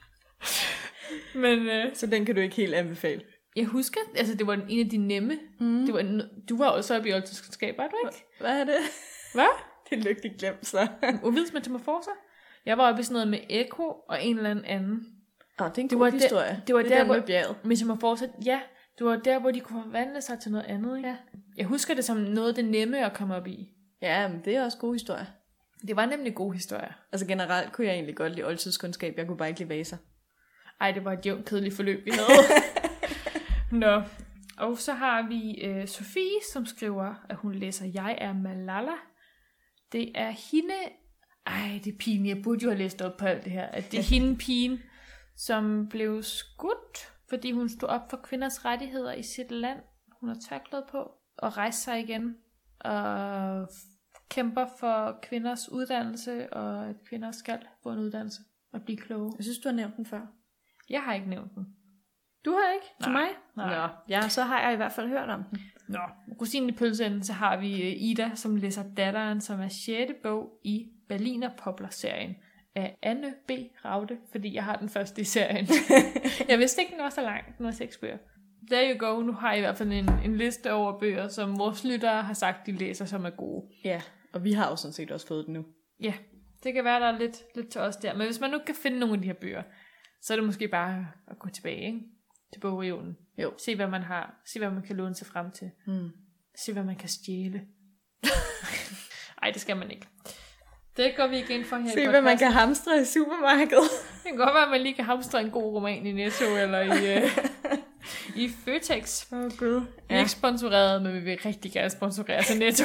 Men, så den kan du ikke helt anbefale? Jeg husker, altså det var en af de nemme. Du var også oppe i oldtidskundskab, var du ikke? Hvad er det? Hvad? Det er lygtigt glemt, så. Ovids Metamorfoser? Jeg var oppe i sådan noget med Echo og en eller anden. Det er en god historie. Det var der, med bjerget. Metamorfoser, ja. Det var der, hvor de kunne forvandle sig til noget andet, ikke? Ja. Jeg husker det som noget af det nemme at komme op i. Ja, men det er også gode historier. Det var nemlig gode historier. Altså generelt kunne jeg egentlig godt lide oldtidskundskab. Jeg kunne bare ikke lide vaser. Ej, det var et jævnt kedeligt forløb, vi havde. Nå. Og så har vi Sofie, som skriver, at hun læser Jeg er Malala. Det er hende... Ej, det er pinligt. Jeg burde jo have læst op på alt det her. At det er hende pigen, som blev skudt, fordi hun stod op for kvinders rettigheder i sit land. Hun har tørklæde på og rejst sig igen. Og kæmper for kvinders uddannelse, og at kvinder skal få en uddannelse og blive kloge. Jeg synes, du har nævnt den før. Jeg har ikke nævnt den. Du har ikke? Til mig? Nej. Nå, ja, så har jeg i hvert fald hørt om den. Nå, rosinen i pølseenden, så har vi Ida, som læser Datteren, som er 6. bog i Berliner Popler-serien af Anne B. Raude, fordi jeg har den første i serien. Jeg vidste ikke, den var så lang. Den var 6 bøger. There you go. Nu har jeg i hvert fald en liste over bøger, som vores lyttere har sagt, de læser, som er gode. Ja, og vi har jo sådan set også fået den nu. Ja, det kan være, der er lidt til os der. Men hvis man nu kan finde nogle af de her bøger, så er det måske bare at gå tilbage, ikke? Til bogreolen. Jo. Se, hvad man har. Se, hvad man kan låne sig frem til. Se, hvad man kan stjæle. Ej, det skal man ikke. Det går vi ikke ind for her. Se, hvad man kan hamstre i supermarkedet. Det kan godt være, at man lige kan hamstre en god roman i Netto, eller i Føtex. Gud. Vi er ikke sponsoreret, men vi vil rigtig gerne sponsorere til Netto.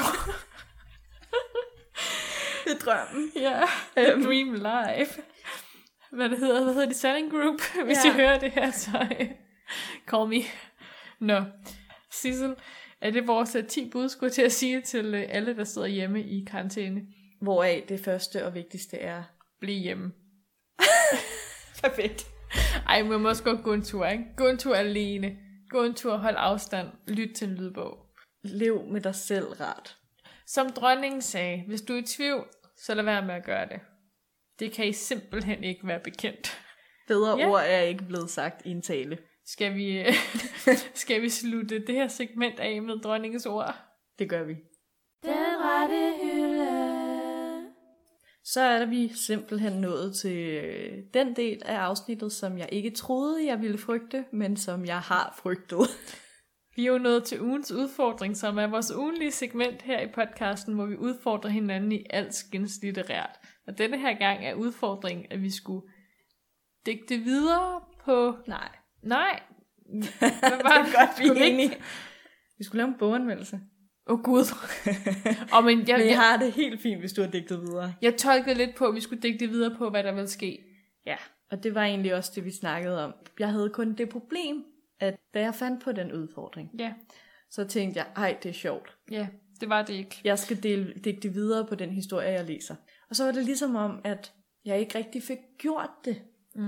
Det er drømmen. Ja, dream life. Hvad hedder det? Selling Group. Hvis I hører det her, så call me. Nå, Sissel, er det vores 10 bud, skulle til at sige til alle, der sidder hjemme i karantæne? Hvoraf det første og vigtigste er... Bliv hjemme. Perfekt. Ej, man må også godt gå en tur, ikke? Gå en tur alene. Gå en tur, hold afstand. Lyt til en lydbog. Lev med dig selv ret. Som dronningen sagde, hvis du er i tvivl, så lad være med at gøre det. Det kan I simpelthen ikke være bekendt. Bedre ord er ikke blevet sagt i en tale. Skal vi slutte det her segment af med dronningens ord? Det gør vi. Den rette hylde. Så er vi simpelthen nået til den del af afsnittet, som jeg ikke troede, jeg ville frygte, men som jeg har frygtet. Vi er jo nået til ugens udfordring, som er vores ugenlige segment her i podcasten, hvor vi udfordrer hinanden i alskens litterært. Og denne her gang er udfordringen, at vi skulle digte videre på... Nej. Hvad var det er godt, vi er enige. Vi skulle lave en boganmeldelse. Gud. Men jeg har det helt fint, hvis du har digtet videre. Jeg tolkede lidt på, at vi skulle digte videre på, hvad der ville ske. Ja, og det var egentlig også det, vi snakkede om. Jeg havde kun det problem, at da jeg fandt på den udfordring, så tænkte jeg, det er sjovt. Ja, det var det ikke. Jeg skal digte videre på den historie, jeg læser. Og så var det ligesom om, at jeg ikke rigtig fik gjort det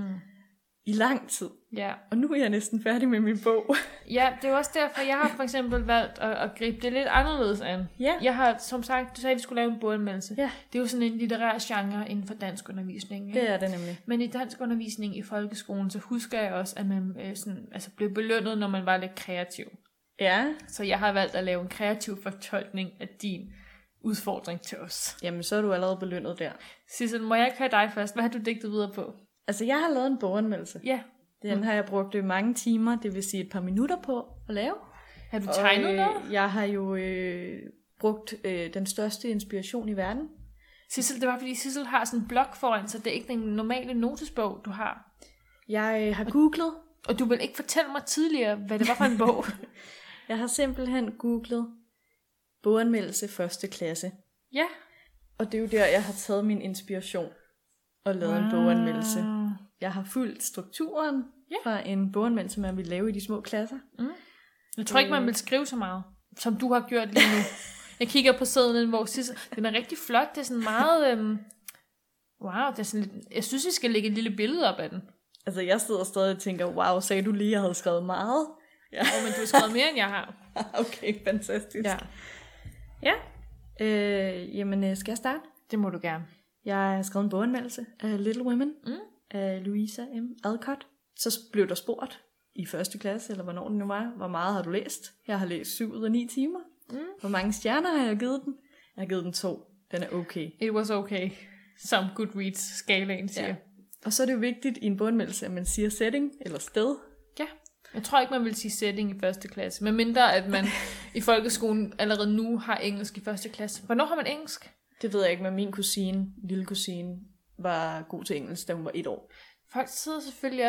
i lang tid. Ja. Og nu er jeg næsten færdig med min bog. Ja, det er også derfor, jeg har for eksempel valgt at gribe det lidt anderledes an. Ja. Jeg har, som sagt, du sagde, at vi skulle lave en boganmeldelse. Ja. Det er jo sådan en litterær genre inden for dansk undervisning. Det er det nemlig. Men i dansk undervisning i folkeskolen, så husker jeg også, at man blev belønnet, når man var lidt kreativ. Ja. Så jeg har valgt at lave en kreativ fortolkning af din udfordring til os. Jamen, så er du allerede belønnet der. Sissel, må jeg ikke høre dig først? Hvad har du digtet videre på? Altså, jeg har lavet en boganmeldelse. Ja. Den har jeg brugt mange timer, det vil sige et par minutter på at lave. Har du tegnet noget? Jeg har jo brugt den største inspiration i verden. Sissel, det var fordi Sissel har sådan en blog foran, så det er ikke den normale notesbog, du har. Jeg har googlet. Og du vil ikke fortælle mig tidligere, hvad det var for en bog? Jeg har simpelthen googlet boganmeldelse 1. klasse. Ja. Og det er jo der, jeg har taget min inspiration og lavet en boganmeldelse. Jeg har fulgt strukturen fra en boganmeldelse, man vil lave i de små klasser. Jeg tror ikke, man vil skrive så meget, som du har gjort lige nu. Jeg kigger på sedlen, hvor den er rigtig flot. Det er sådan meget... wow, det er sådan lidt... Jeg synes, vi skal lægge et lille billede op af den. Altså, jeg sidder stadig og tænker, wow, sagde du lige, jeg havde skrevet meget? Ja. Men du har skrevet mere, end jeg har. Okay, fantastisk. Ja. Jamen, skal jeg starte? Det må du gerne. Jeg har skrevet en boganmeldelse af Little Women af Louisa M. Alcott. Så blev der spurgt i 1. klasse, eller hvornår den nu var, hvor meget har du læst? Jeg har læst 7 ud af 9 timer. Hvor mange stjerner har jeg givet den? Jeg har givet den 2. Den er okay. It was okay, som Goodreads-skalaen siger. Ja. Og så er det jo vigtigt i en boganmeldelse, at man siger setting eller sted. Ja. Jeg tror ikke, man vil sige setting i 1. klasse, medmindre at man i folkeskolen allerede nu har engelsk i 1. klasse. Hvornår har man engelsk? Det ved jeg ikke, men min lille kusine, var god til engelsk, da hun var 1 år. Børn sidder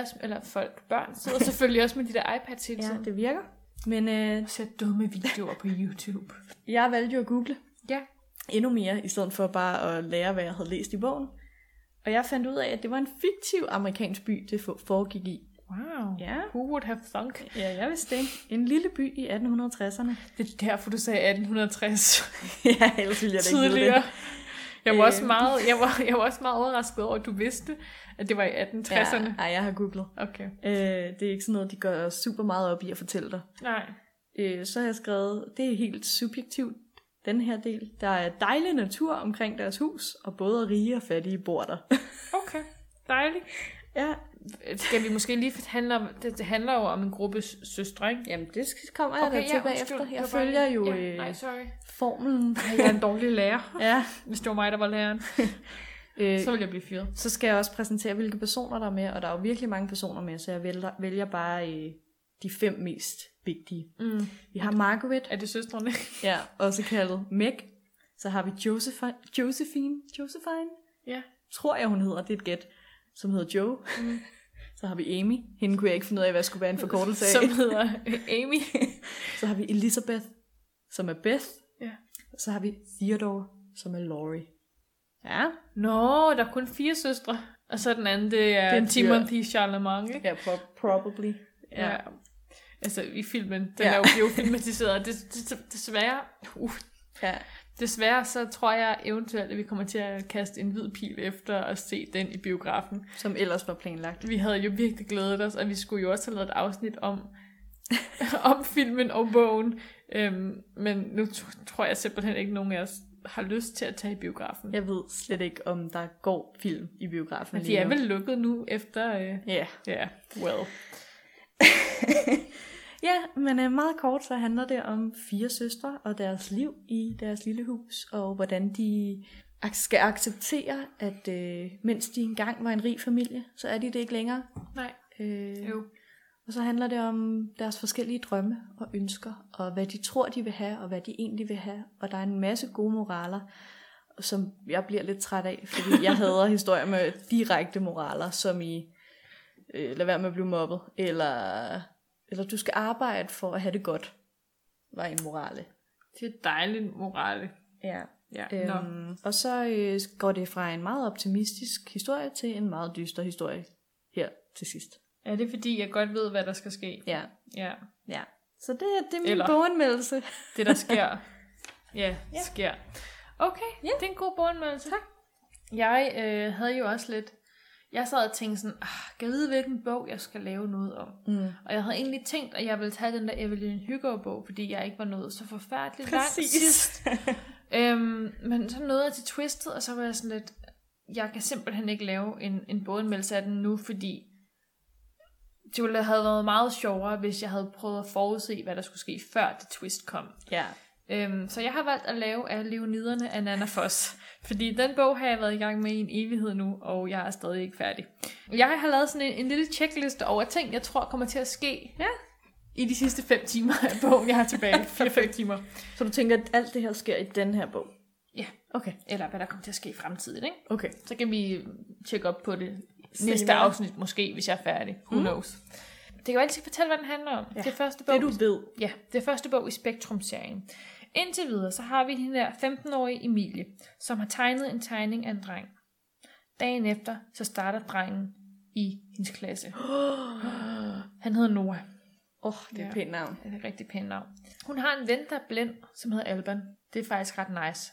selvfølgelig også med de der iPads hele tiden. Ja, det virker. Men ser dumme videoer på YouTube. Jeg valgte jo at google. Ja. Endnu mere, i stedet for bare at lære, hvad jeg havde læst i bogen. Og jeg fandt ud af, at det var en fiktiv amerikansk by, det foregik i. Wow. Ja. Who would have thunk? Ja, jeg vidste det. En lille by i 1860'erne. Det er derfor, du sagde 1860. Ja, ellers ville jeg da ikke vide det. Jeg var også meget overrasket over, at du vidste, at det var i 1860'erne. Nej, jeg har googlet. Okay. Det er ikke sådan noget, de gør super meget op i at fortælle dig. Nej. Så har jeg skrevet, det er helt subjektivt, den her del. Der er dejlig natur omkring deres hus, og både rige og fattige bor der. Okay, dejligt. Ja. Skal vi måske lige det handler jo om en gruppe søstre, ikke? Jamen, det kommer jeg da til bagefter. Jeg følger jo formelen. Jeg er en dårlig lærer. Ja. Hvis det var mig, der var læreren. Så vil jeg blive fyret. Så skal jeg også præsentere, hvilke personer der er med, og der er jo virkelig mange personer med, så jeg vælger bare de 5 mest vigtige. Vi har Margaret. Er det søstrene? Ja, også kaldet Meg. Så har vi Josephine. Ja. Tror jeg, hun hedder. Det er et gæt. Som hedder Joe. Så har vi Amy. Hende kunne jeg ikke finde ud af, hvad skulle være en forkortelse af. Som hedder Amy. Så har vi Elizabeth, som er Beth. Ja. Så har vi Theodore, som er Laurie. Ja. Nå, der er kun 4 søstre. Og så den anden, det er Timothy Charlemagne, ikke? Ja, probably. Ja. Altså i filmen, den er jo blevet filmatiseret. Desværre. Desværre så tror jeg eventuelt, at vi kommer til at kaste en hvid pil efter at se den i biografen. Som ellers var planlagt. Vi havde jo virkelig glædet os, og vi skulle jo også have lavet et afsnit om filmen og bogen. Men nu tror jeg simpelthen ikke, nogen af os har lyst til at tage i biografen. Jeg ved slet ikke, om der går film i biografen. Men de er vel lukket nu efter... well. Ja, men meget kort, så handler det om 4 søstre og deres liv i deres lille hus, og hvordan de skal acceptere, at mens de engang var en rig familie, så er de det ikke længere. Nej. Jo. Og så handler det om deres forskellige drømme og ønsker, og hvad de tror, de vil have, og hvad de egentlig vil have. Og der er en masse gode moraler, som jeg bliver lidt træt af, fordi jeg hader historier med direkte moraler, som i lad være med at blive mobbet, eller du skal arbejde for at have det godt, var en morale. Det er dejligt morale. Ja. Ja. Og så går det fra en meget optimistisk historie til en meget dyster historie her til sidst. Er det fordi, jeg godt ved, hvad der skal ske? Ja. Ja. Så det er min boganmeldelse. Det, der sker. Sker. Okay, det er en god boganmeldelse. Tak. Jeg havde jo også lidt... Jeg sad og tænkte sådan, kan jeg vide, hvilken bog jeg skal lave noget om? Og jeg havde egentlig tænkt, at jeg ville tage den der Evelyn Hugo-bog, fordi jeg ikke var nået så forfærdeligt langt sidst. Men så nåede jeg til twistet, og så var jeg sådan lidt, jeg kan simpelthen ikke lave en boganmeldelse af den nu, fordi det ville have været meget sjovere, hvis jeg havde prøvet at forudse, hvad der skulle ske, før det twist kom. Ja. Så jeg har valgt at lave af Leoniderne af Nana Foss, fordi den bog har jeg været i gang med i en evighed nu, og jeg er stadig ikke færdig. Jeg har lavet sådan en lille checkliste over ting, jeg tror kommer til at ske i de sidste 5 timer af bogen, jeg har tilbage. 4-5 timer. Så du tænker, at alt det her sker i den her bog? Ja. Okay. Eller hvad der kommer til at ske i fremtiden, ikke? Okay. Så kan vi tjekke op på det næste afsnit måske, hvis jeg er færdig. Who knows? Det kan jo altid fortælle, hvad den handler om. Ja. Det første bog, det du ved. Ja, det er første bog i Spektrum-serien. Indtil videre, så har vi den der 15-årige Emilie, som har tegnet en tegning af en dreng. Dagen efter, så starter drengen i hendes klasse. Han hedder Noah. Det er et pænt navn. Det er et rigtig pænt navn. Hun har en ven, der er blind, som hedder Alban. Det er faktisk ret nice,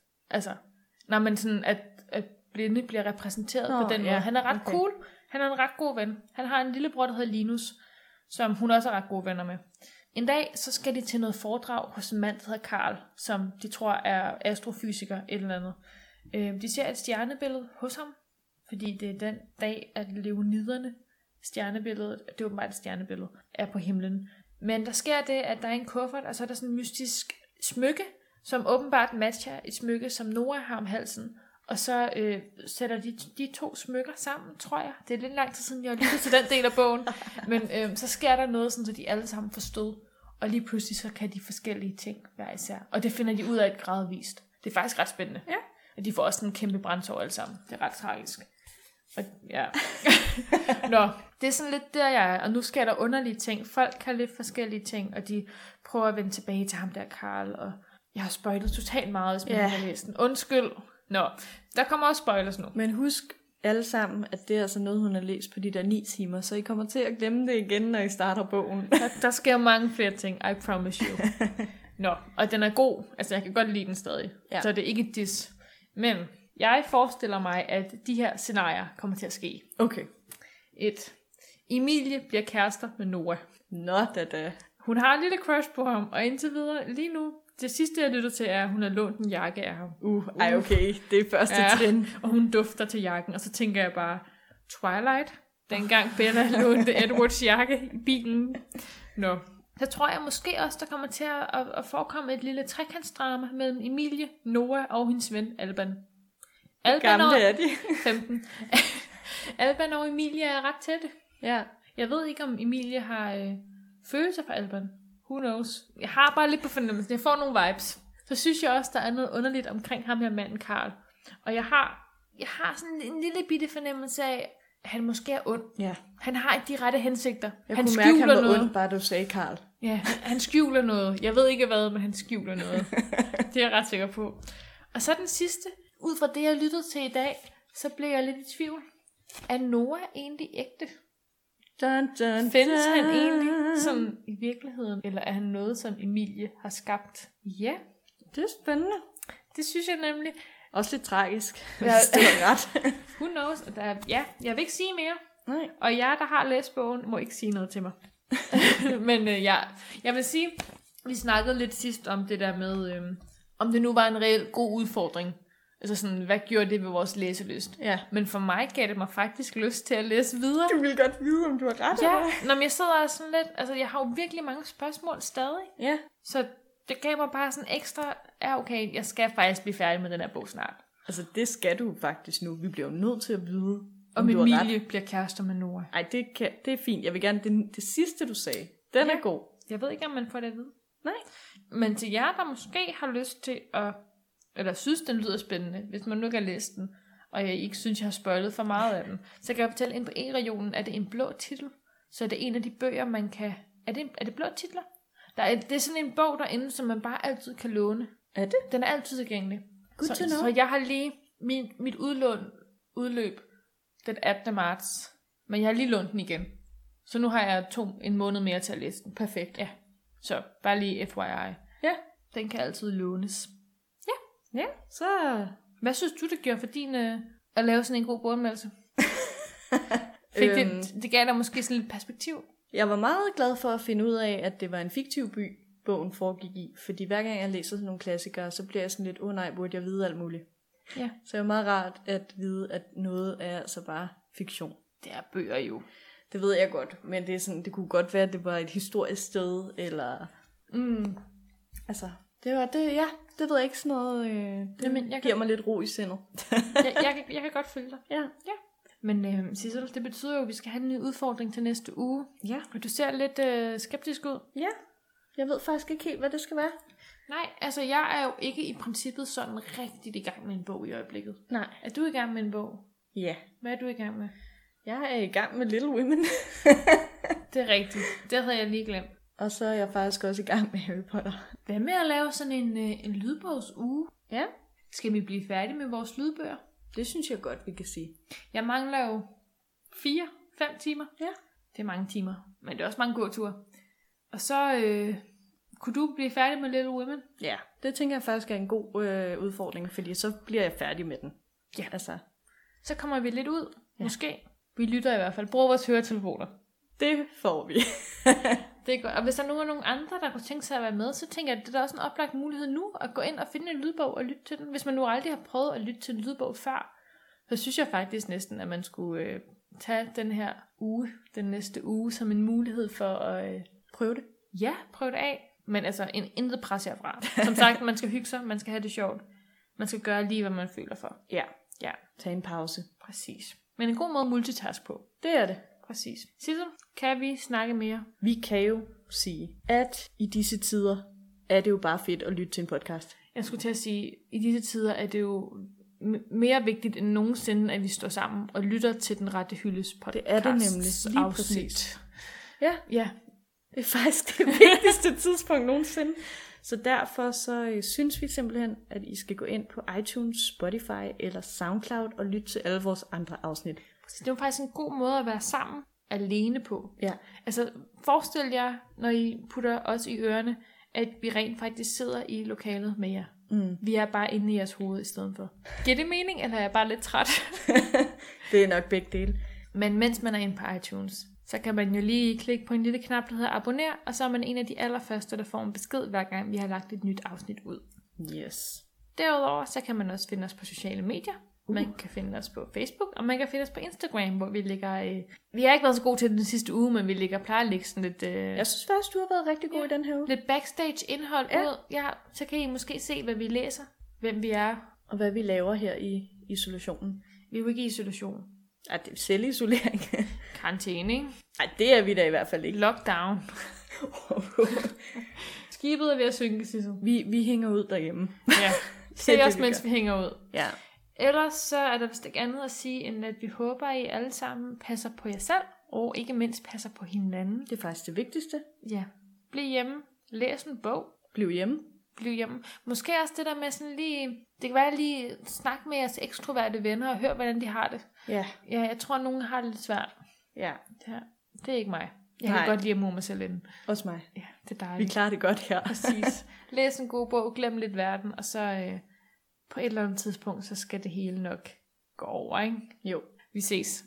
at blinde bliver repræsenteret på den måde. Han er ret cool. Han er en ret god ven. Han har en lillebror, der hedder Linus, som hun også er ret gode venner med. En dag, så skal de til noget foredrag hos en mand, der hedder Karl, som de tror er astrofysiker eller andet. De ser et stjernebillede hos ham, fordi det er den dag, at Leoniderne stjernebilledet, det er åbenbart et stjernebillede, er på himlen. Men der sker det, at der er en kuffert, og så er der sådan en mystisk smykke, som åbenbart matcher et smykke, som Noah har om halsen. Og så sætter de 2 smykker sammen, tror jeg. Det er lidt lang tid siden, jeg har lyttet til den del af bogen. Men så sker der noget, sådan, så de alle sammen forstod. Og lige pludselig så kan de forskellige ting hver især. Og det finder de ud af gradvist. Det er faktisk ret spændende. Ja. Og de får også sådan en kæmpe brændsår alle sammen. Det er ret tragisk. Og, ja. Nå, det er sådan lidt der, jeg er. Og nu sker der underlige ting. Folk kan lidt forskellige ting, og de prøver at vende tilbage til ham der, Karl. Og jeg har spoilet totalt meget, hvis man har læst den. Undskyld. Nå, der kommer også spoilers nu. Men husk alle sammen, at det er altså noget, hun har læst på de der 9 timer, så I kommer til at glemme det igen, når I starter bogen. Der sker mange flere ting, I promise you. Nå, og den er god. Altså, jeg kan godt lide den stadig. Ja. Så det er ikke dis. Men jeg forestiller mig, at de her scenarier kommer til at ske. Okay. 1. Emilie bliver kærester med Noah. Nå da. Hun har en lille crush på ham, og indtil videre, lige nu, det sidste jeg lytter til er, at hun har lånt en jakke af ham. Okay, det er første trin. Og hun dufter til jakken, og så tænker jeg bare, Twilight, dengang Bella lånte Edwards jakke i bilen. Nå. Så tror jeg måske også, der kommer til at forekomme et lille trekantsdrama mellem Emilie, Noah og hendes ven Alban. Gamle er de. 15. Alban og Emilie er ret tætte. Ja. Jeg ved ikke, om Emilie har følelser for Alban. Who knows? Jeg har bare lidt på fornemmelsen. Jeg får nogle vibes. Så synes jeg også, der er noget underligt omkring ham her manden, Karl. Og jeg har sådan en lille bitte fornemmelse af, at han måske er ond. Ja. Han har ikke de rette hensigter. Jeg kunne mærke, han var ond, bare du sagde Karl. Ja, han skjuler noget. Jeg ved ikke hvad, men han skjuler noget. Det er jeg ret sikker på. Og så den sidste. Ud fra det, jeg lyttede til i dag, så blev jeg lidt i tvivl. Er Noah egentlig ægte? Findes han egentlig som i virkeligheden, eller er han noget, som Emilie har skabt? Ja, det er spændende. Det synes jeg nemlig. Også lidt tragisk, hvis det er ret. Who knows? Jeg vil ikke sige mere. Nej. Og jeg, der har læst bogen, må ikke sige noget til mig. Men jeg vil sige, vi snakkede lidt sidst om det der med, om det nu var en reel god udfordring. Altså sådan, hvad gjorde det ved vores læselyst? Ja. Men for mig gav det mig faktisk lyst til at læse videre. Du vil godt vide, om du har ret. Ja, når jeg sidder sådan lidt, altså jeg har jo virkelig mange spørgsmål stadig. Ja. Så det gav mig bare sådan ekstra, okay, jeg skal faktisk blive færdig med den her bog snart. Altså, det skal du faktisk nu. Vi bliver jo nødt til at vide, om Emilie bliver kærester med Noah. Ej, det er fint. Jeg vil gerne, det sidste du sagde, den er god. Jeg ved ikke, om man får det at vide. Nej. Men til jer, der måske har lyst til at, eller synes, den lyder spændende, hvis man nu ikke har læst den, og jeg ikke synes, jeg har spoilet for meget af den, så kan jeg fortælle, ind på E-regionen, er det en blå titel. Så er det en af de bøger, man kan... Er det blå titler? Det er sådan en bog derinde, som man bare altid kan låne. Er det? Den er altid tilgængelig. Så jeg har lige... Mit udløb den 18. marts. Men jeg har lige lånt den igen. Så nu har jeg en måned mere til at læse den. Perfekt. Ja. Så bare lige FYI. Ja. Den kan altid lånes. Ja, så... Hvad synes du, det gjorde for din at lave sådan en god boganmeldelse? Det gav dig måske sådan lidt perspektiv. Jeg var meget glad for at finde ud af, at det var en fiktiv by, bogen foregik i. Fordi hver gang jeg læser sådan nogle klassikere, så bliver jeg sådan lidt, nej, burde jeg vide alt muligt. Ja. Så det er meget rart at vide, at noget er altså bare fiktion. Det er bøger jo. Det ved jeg godt, men det er sådan, det kunne godt være, at det var et historisk sted, eller... Altså, det var det, ja, det ved jeg ikke sådan noget... Det giver mig lidt ro i sindet. jeg kan godt følge dig. Ja. Men Sissel, det betyder jo, at vi skal have en ny udfordring til næste uge. Ja. Og du ser lidt skeptisk ud. Ja, jeg ved faktisk ikke helt, hvad det skal være. Nej, altså jeg er jo ikke i princippet sådan rigtigt i gang med en bog i øjeblikket. Nej. Er du i gang med en bog? Ja. Hvad er du i gang med? Jeg er i gang med Little Women. Det er rigtigt. Det havde jeg lige glemt. Og så er jeg faktisk også i gang med Harry Potter. Hvad med at lave sådan en lydbogsuge? Ja. Skal vi blive færdige med vores lydbøger? Det synes jeg godt, vi kan sige. Jeg mangler jo 4-5 timer. Ja. Det er mange timer, men det er også mange gåture. Og så kunne du blive færdig med Little Women? Ja, det tænker jeg faktisk er en god udfordring, fordi så bliver jeg færdig med den. Ja. Altså. Så kommer vi lidt ud, måske. Vi lytter i hvert fald. Brug vores høretelefoner. Det får vi. Det er godt. Og hvis der nu er nogen andre, der kunne tænke sig at være med, så tænker jeg, at det er også en oplagt mulighed nu, at gå ind og finde en lydbog og lytte til den. Hvis man nu aldrig har prøvet at lytte til en lydbog før, så synes jeg faktisk næsten, at man skulle tage den her uge, den næste uge, som en mulighed for at prøve det. Ja, prøve det af. Men altså, intet pres herfra. Som sagt, man skal hygge sig, man skal have det sjovt. Man skal gøre lige, hvad man føler for. Ja. Tag en pause. Præcis. Men en god måde at multitask på. Det er det. Præcis. Sissel, kan vi snakke mere? Vi kan jo sige, at i disse tider er det jo bare fedt at lytte til en podcast. Jeg skulle til at sige, at i disse tider er det jo mere vigtigt end nogensinde, at vi står sammen og lytter til Den Rette Hyldes podcast. Det er det nemlig. Lige præcis. Ja. Det er faktisk det vigtigste tidspunkt nogensinde. Så derfor så synes vi simpelthen, at I skal gå ind på iTunes, Spotify eller SoundCloud og lytte til alle vores andre afsnit. Det er jo faktisk en god måde at være sammen alene på. Ja. Altså forestil jer, når I putter os i ørerne, at vi rent faktisk sidder i lokalet med jer. Vi er bare inde i jeres hoved i stedet for. Giver det mening, eller er jeg bare lidt træt? Det er nok begge dele. Men mens man er inde på iTunes, så kan man jo lige klikke på en lille knap, der hedder abonner, og så er man en af de allerførste, der får en besked, hver gang vi har lagt et nyt afsnit ud. Yes. Derudover, så kan man også finde os på sociale medier. Man kan finde os på Facebook, og man kan finde os på Instagram, hvor vi ligger... Vi har ikke været så gode til den sidste uge, men vi plejer at lægge sådan lidt... Jeg synes faktisk, du har været rigtig god i den her uge. Lidt backstage-indhold ud. Ja, så kan I måske se, hvad vi læser, hvem vi er. Og hvad vi laver her i isolationen. Vi er jo ikke i isolation. Ej, det er selvisolering. Karantæne, ikke? Ej, det er vi da i hvert fald ikke. Lockdown. Skibet er ved at synke, Sissel. Vi hænger ud derhjemme. Ja, se os, mens vi hænger ud. Ja. Ellers så er der vist ikke andet at sige, end at vi håber, at I alle sammen passer på jer selv, og ikke mindst passer på hinanden. Det er faktisk det vigtigste. Ja. Bliv hjemme. Læs en bog. Bliv hjemme. Måske også det der med sådan lige... Det kan være lige snakke med jeres ekstroverte venner og høre, hvordan de har det. Ja. Ja, jeg tror, at nogen har det lidt svært. Ja. Det er ikke mig. Jeg kan godt lide at mure mig selv ind. Også mig. Ja, det er dejligt. Vi klarer det godt her. Præcis. Læs en god bog, glem lidt verden, og så på et eller andet tidspunkt, så skal det hele nok gå over, ikke? Jo. Vi ses.